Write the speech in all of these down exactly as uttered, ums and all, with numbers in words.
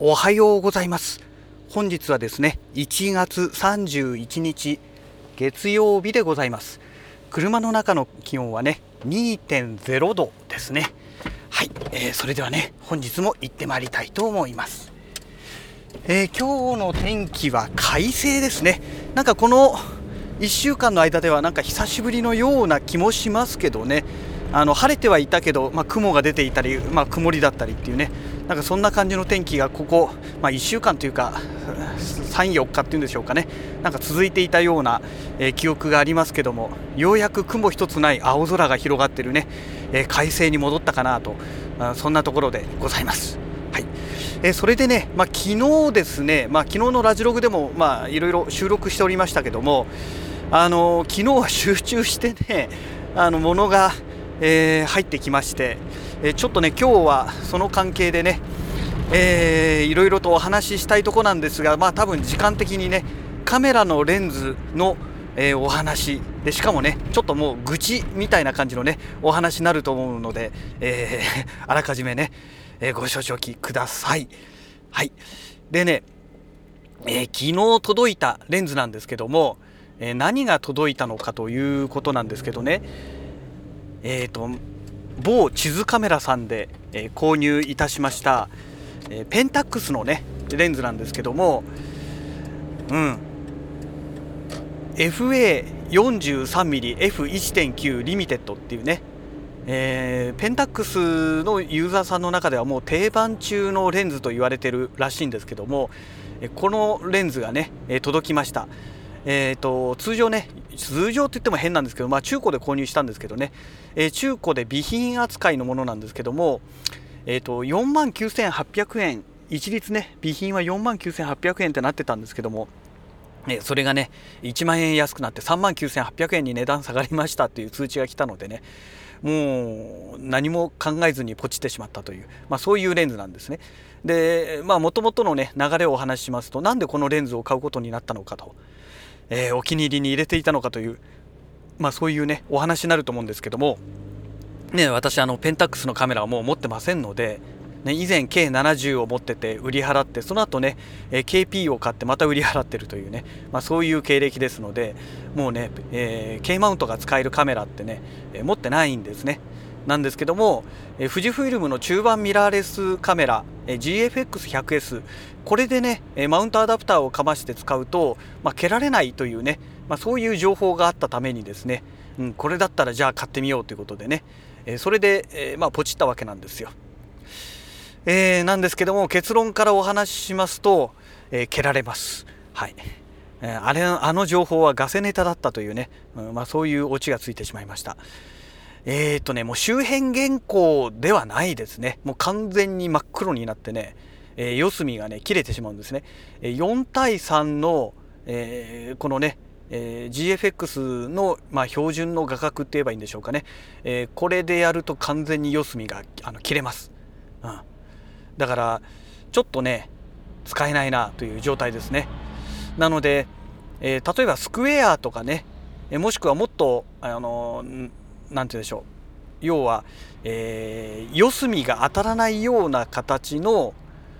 おはようございます。本日はですねいちがつさんじゅういちにち月曜日でございます。車の中の気温はね にてんゼロどですね。はい、えー、それではね本日も行ってまいりたいと思います。えー、今日の天気は快晴ですね。なんかこのいっしゅうかんの間ではなんか久しぶりのような気もしますけどね。あの晴れてはいたけど、まあ、雲が出ていたり、まあ、曇りだったりっていうね、なんかそんな感じの天気がここ、まあ、いっしゅうかんというかさん、よっかっていうんでしょうかね、なんか続いていたような、えー、記憶がありますけども、ようやく雲一つない青空が広がっているね、えー、快晴に戻ったかなと、あそんなところでございます。はい、えー、それでね、まあ、昨日ですね、まあ、昨日のラジログでもまあいろいろ収録しておりましたけども、あのー、昨日は集中してね、あのものがえー、入ってきまして、えー、ちょっとね今日はその関係でね、えー、いろいろとお話ししたいとこなんですが、まあ多分時間的にねカメラのレンズの、えー、お話で、しかもねちょっともう愚痴みたいな感じのねお話になると思うので、えー、あらかじめね、えー、ご承知ください。はい。でね、えー、昨日届いたレンズなんですけども、えー、何が届いたのかということなんですけどね、えーと某地図カメラさんで、えー、購入いたしました、えー、ペンタックスのねレンズなんですけども、うん エフエーよんじゅうさんミリエフいってんきゅう リミテッドっていうね、えー、ペンタックスのユーザーさんの中ではもう定番中のレンズと言われてるらしいんですけども、えこのレンズがね、えー、届きました。えーと通常ね通常って言っても変なんですけど、まあ、中古で購入したんですけどね、えー、中古で備品扱いのものなんですけども、えーとよんまんきゅうせんはっぴゃくえん、一律ね備品はよんまんきゅうせんはっぴゃくえんってなってたんですけども、えー、それがねいちまんえん安くなってさんまんきゅうせんはっぴゃくえんに値段下がりましたっていう通知が来たのでね、もう何も考えずにポチってしまったという、まあ、そういうレンズなんですね。でまあもともとのね流れをお話ししますと、なんでこのレンズを買うことになったのかと、えー、お気に入りに入れていたのかという、まあ、そういうねお話になると思うんですけども、ね、私あのペンタックスのカメラはもう持ってませんので、ね、以前 ケーななじゅう を持ってて売り払って、その後ね ケーピー を買ってまた売り払ってるというね、まあ、そういう経歴ですので、もうね、えー、K マウントが使えるカメラってね、えー、持ってないんですね。なんですけども、えー、富士フイルムの中盤ミラーレスカメラ、えー、ジーエフエックスひゃくエス、 これでね、えー、マウントアダプターをかまして使うと、まあ、蹴られないというね、まあ、そういう情報があったためにですね、うん、これだったらじゃあ買ってみようということでね、えー、それで、えーまあ、ポチったわけなんですよ。えー、なんですけども、結論からお話ししますと、えー、蹴られます。はい。えー、あれあの情報はガセネタだったというね、うんまあ、そういうオチがついてしまいました。えーとねもう周辺原稿ではないですね。もう完全に真っ黒になってね、えー、四隅がね切れてしまうんですね。よんたいさんの、えー、このね、えー、ジーエフエックス の、まあ、標準の画角って言えばいいんでしょうかね、えー、これでやると完全に四隅があの切れます、うん、だからちょっとね使えないなという状態ですね。なので、えー、例えばスクエアとかね、えー、もしくはもっとあのーなんて言うんでしょう、要は、えー、四隅が当たらないような形の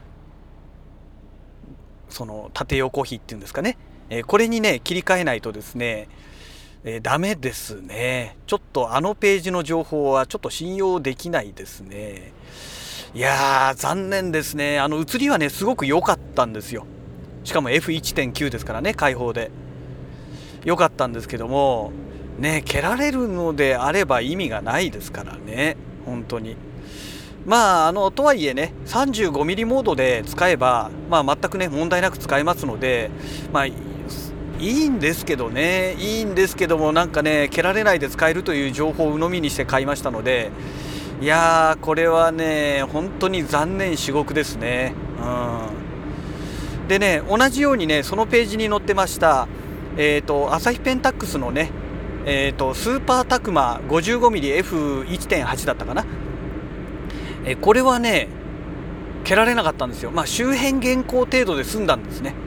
その縦横比っていうんですかね、えー、これにね切り替えないとですね、えー、ダメですね。ちょっとあのページの情報はちょっと信用できないですね。いやー残念ですね。あの写りはねすごく良かったんですよ。しかも エフいってんきゅう ですからね、開放で良かったんですけどもね、蹴られるのであれば意味がないですからね、本当に。まああのとはいえね さんじゅうごミリ モードで使えば、まあ、全くね問題なく使えますので、まあいいんですけどねいいんですけども、なんかね蹴られないで使えるという情報を鵜呑みにして買いましたので、いやーこれはね本当に残念至極ですね。うんでね、同じようにねそのページに載ってましたえーとアサヒペンタックスのねえーとスーパータクマ ごじゅうごミリエフいってんはち だったかな、えー、これはね蹴られなかったんですよ。まあ周辺原稿程度で済んだんですね。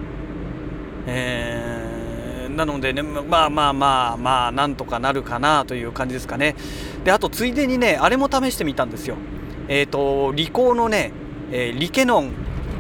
えー、なのでねまあまあまあまあなんとかなるかなという感じですかね。であとついでにねあれも試してみたんですよ。えーとリコーのね、えー、リケノン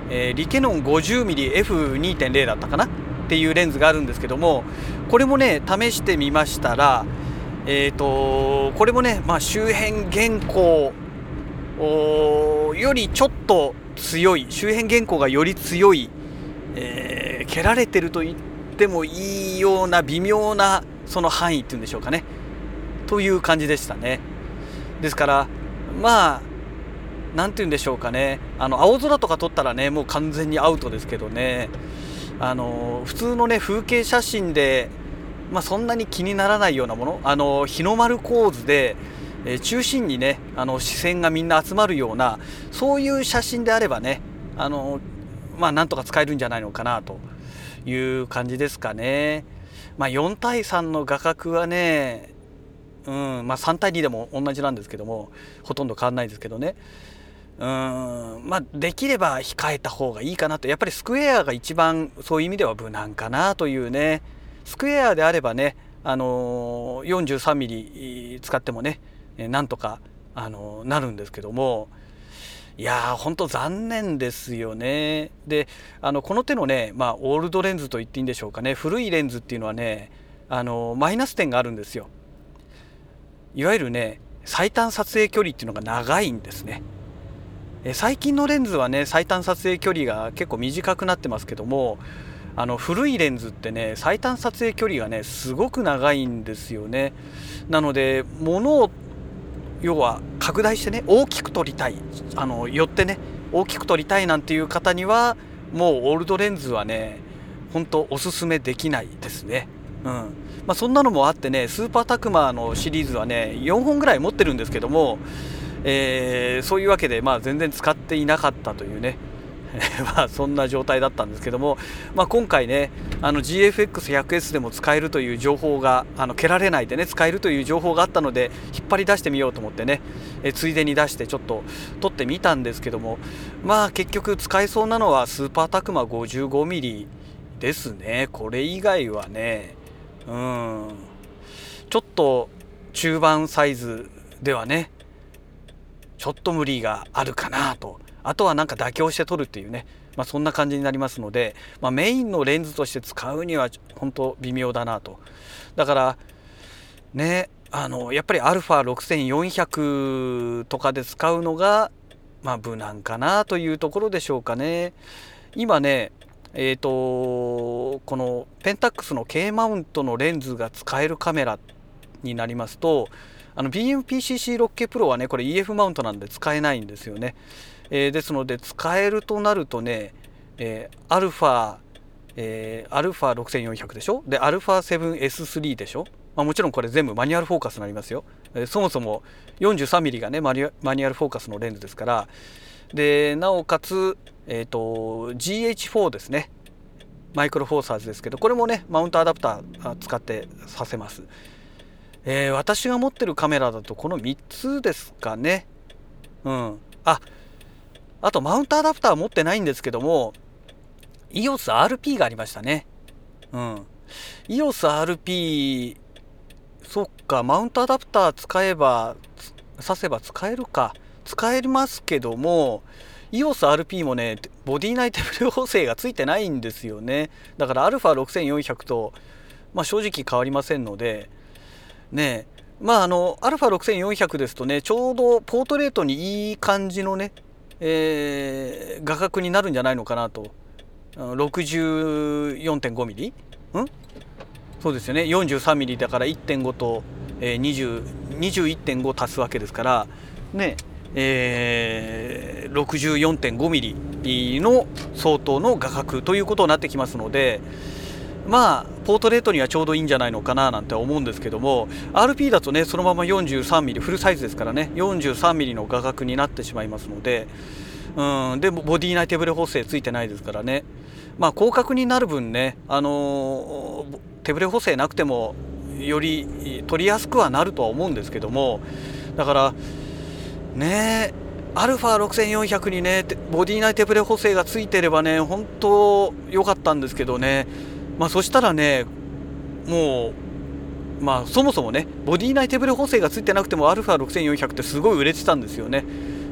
えー、リケノン ごじゅうミリエフにてんゼロ だったかなっていうレンズがあるんですけども、これもね試してみましたら、えーとこれもね、まあ、周辺原光よりちょっと強い、周辺原光がより強い、えー、蹴られてると言ってもいいような微妙なその範囲っていうんでしょうかね、という感じでしたね。ですからまあなんていうんでしょうかね、あの青空とか撮ったらねもう完全にアウトですけどね、あの普通のね風景写真で、まあ、そんなに気にならないようなもの、あの日の丸構図で、えー、中心にねあの視線がみんな集まるようなそういう写真であればね、あのまあなんとか使えるんじゃないのかなという感じですかね。まあ、よんたいさんの画角はね、うんまあ、さんたいにでも同じなんですけども、ほとんど変わんないですけどね、うーんまあできれば控えた方がいいかなと。やっぱりスクエアが一番そういう意味では無難かなというね。スクエアであればね、あのー、よんじゅうさんミリ使ってもねなんとか、あのー、なるんですけども、いやー本当残念ですよね。であのこの手のね、まあ、オールドレンズと言っていいんでしょうかね、古いレンズっていうのはね、あのー、マイナス点があるんですよ。いわゆるね最短撮影距離っていうのが長いんですね。え最近のレンズはね最短撮影距離が結構短くなってますけども、あの古いレンズってね最短撮影距離がねすごく長いんですよね。なので物を要は拡大してね大きく撮りたい、あの寄ってね大きく撮りたいなんていう方にはもうオールドレンズはね本当おすすめできないですね。うんまあ、そんなのもあってね、スーパータクマのシリーズはねよんほんぐらい持ってるんですけども、えー、そういうわけで、まあ、全然使っていなかったというねまあそんな状態だったんですけども、まあ、今回ねあの ジーエフエックスひゃくエス でも使えるという情報が、あの蹴られないでね使えるという情報があったので引っ張り出してみようと思ってね、えついでに出してちょっと撮ってみたんですけども、まあ結局使えそうなのはスーパータクマ ごじゅうごミリ ですね。これ以外はねうんちょっと中盤サイズではねちょっと無理があるかなと。あとはなんか妥協して撮るっていうね、まあ、そんな感じになりますので、まあ、メインのレンズとして使うには本当微妙だなと。だからねあのやっぱり アルファろくせんよんひゃく とかで使うのがまあ無難かなというところでしょうかね。今ねえーとこのペンタックスの K マウントのレンズが使えるカメラになりますと、あの ビーエムピーシーシーろくケー プロはねこれ イーエフ マウントなんで使えないんですよね。えー、ですので使えるとなるとね、えー、アルファ、えー、アルファろくせんよんひゃくでしょ、でアルファセブンエススリー でしょ、まあ、もちろんこれ全部マニュアルフォーカスになりますよ。えー、そもそも よんじゅうさんミリ がねマニュマニュアルフォーカスのレンズですから、でなおかつ、えーと、ジーエイチフォー ですね、マイクロフォーサーズですけど、これもねマウントアダプター使ってさせます。えー、私が持ってるカメラだとこのみっつですかね。うんああとマウントアダプターは持ってないんですけども イーオーエスアールピー がありましたね。うん イーオーエスアールピー そっか、マウントアダプター使えば挿せば使えるか、使えますけども イーオーエスアールピー もねボディ内手ブレ補正がついてないんですよね。だから アルファろくせんよんひゃく と、まあ、正直変わりませんのでね。まああの アルファろくせんよんひゃく ですとねちょうどポートレートにいい感じのね、えー、画角になるんじゃないのかなと。 ろくじゅうよんてんごミリ んそうですよね よんじゅうさんミリ だから いってんご と、えー、にじゅう にじゅういってんご 足すわけですからね、えー、ろくじゅうよんてんごミリ の相当の画角ということになってきますので、まあポートレートにはちょうどいいんじゃないのかななんて思うんですけども、 アールピー だとねそのまま よんじゅうさんミリ フルサイズですからね よんじゅうさんミリ の画角になってしまいますので、うんでボディ内手ブレ補正ついてないですからね、まあ広角になる分ね、あのー、手ブレ補正なくてもより撮りやすくはなるとは思うんですけども、だからねアルファろくせんよんひゃくにねボディ内手ブレ補正がついてればね本当良かったんですけどね、まあそしたらねもうまあそもそもねボディ内手ブレ補正がついてなくても アルファろくせんよんひゃく ってすごい売れてたんですよね。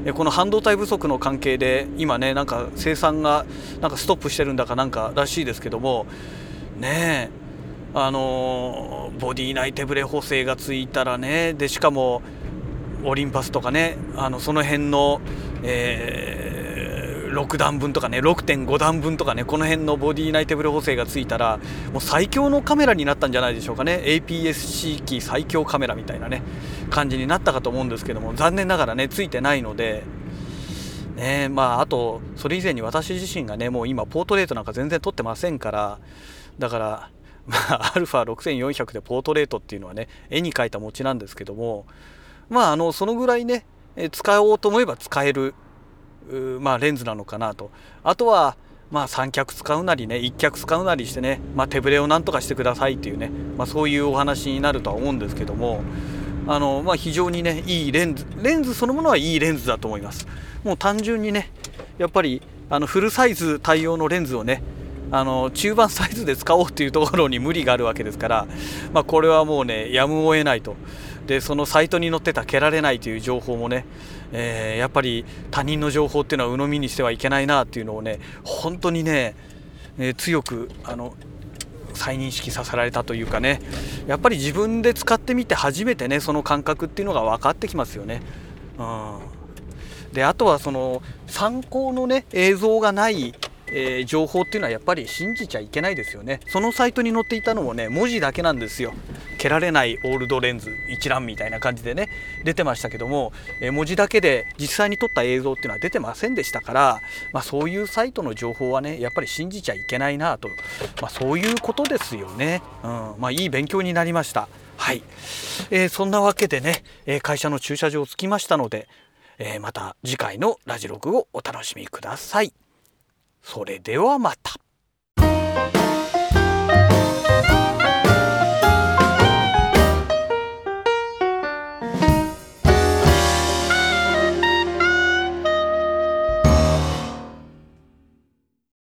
えこの半導体不足の関係で今ねなんか生産がなんかストップしてるんだかなんからしいですけどもねえあのボディ内手ブレ補正がついたらねでしかもオリンパスとかねあのその辺の、えーろくだんぶんとかね ろくてんご 段分とかねこの辺のボディ内手ブレ補正がついたらもう最強のカメラになったんじゃないでしょうかね。 エーピーエスシー 機最強カメラみたいなね感じになったかと思うんですけども残念ながらねついてないのでねまああとそれ以前に私自身がねもう今ポートレートなんか全然撮ってませんからだからまあ アルファろくせんよんひゃく でポートレートっていうのはね絵に描いた餅なんですけどもまああのそのぐらいね使おうと思えば使えるまあレンズなのかなと。あとはまあ三脚使うなりね一脚使うなりしてね、まあ、手ブレをなんとかしてくださいっていうね、まあ、そういうお話になるとは思うんですけどもあの、まあ、非常にねいいレンズレンズそのものはいいレンズだと思います。もう単純にねやっぱりあのフルサイズ対応のレンズをねあの中盤サイズで使おうっていうところに無理があるわけですから、まあ、これはもうねやむを得ないと。でそのサイトに載ってた蹴られないという情報もね、えー、やっぱり他人の情報っていうのは鵜呑みにしてはいけないなっていうのをね本当にね、えー、強くあの再認識させられたというかねやっぱり自分で使ってみて初めてねその感覚っていうのが分かってきますよね。うんであとはその参考のね映像がないえー、情報っていうのはやっぱり信じちゃいけないですよね。そのサイトに載っていたのもね文字だけなんですよ。蹴られないオールドレンズ一覧みたいな感じでね出てましたけども、えー、文字だけで実際に撮った映像っていうのは出てませんでしたから、まあ、そういうサイトの情報はねやっぱり信じちゃいけないなと、まあ、そういうことですよね。うんまあ、いい勉強になりました。はい、えー、そんなわけでね会社の駐車場着きましたので、えー、また次回のラジログをお楽しみください。それではまた。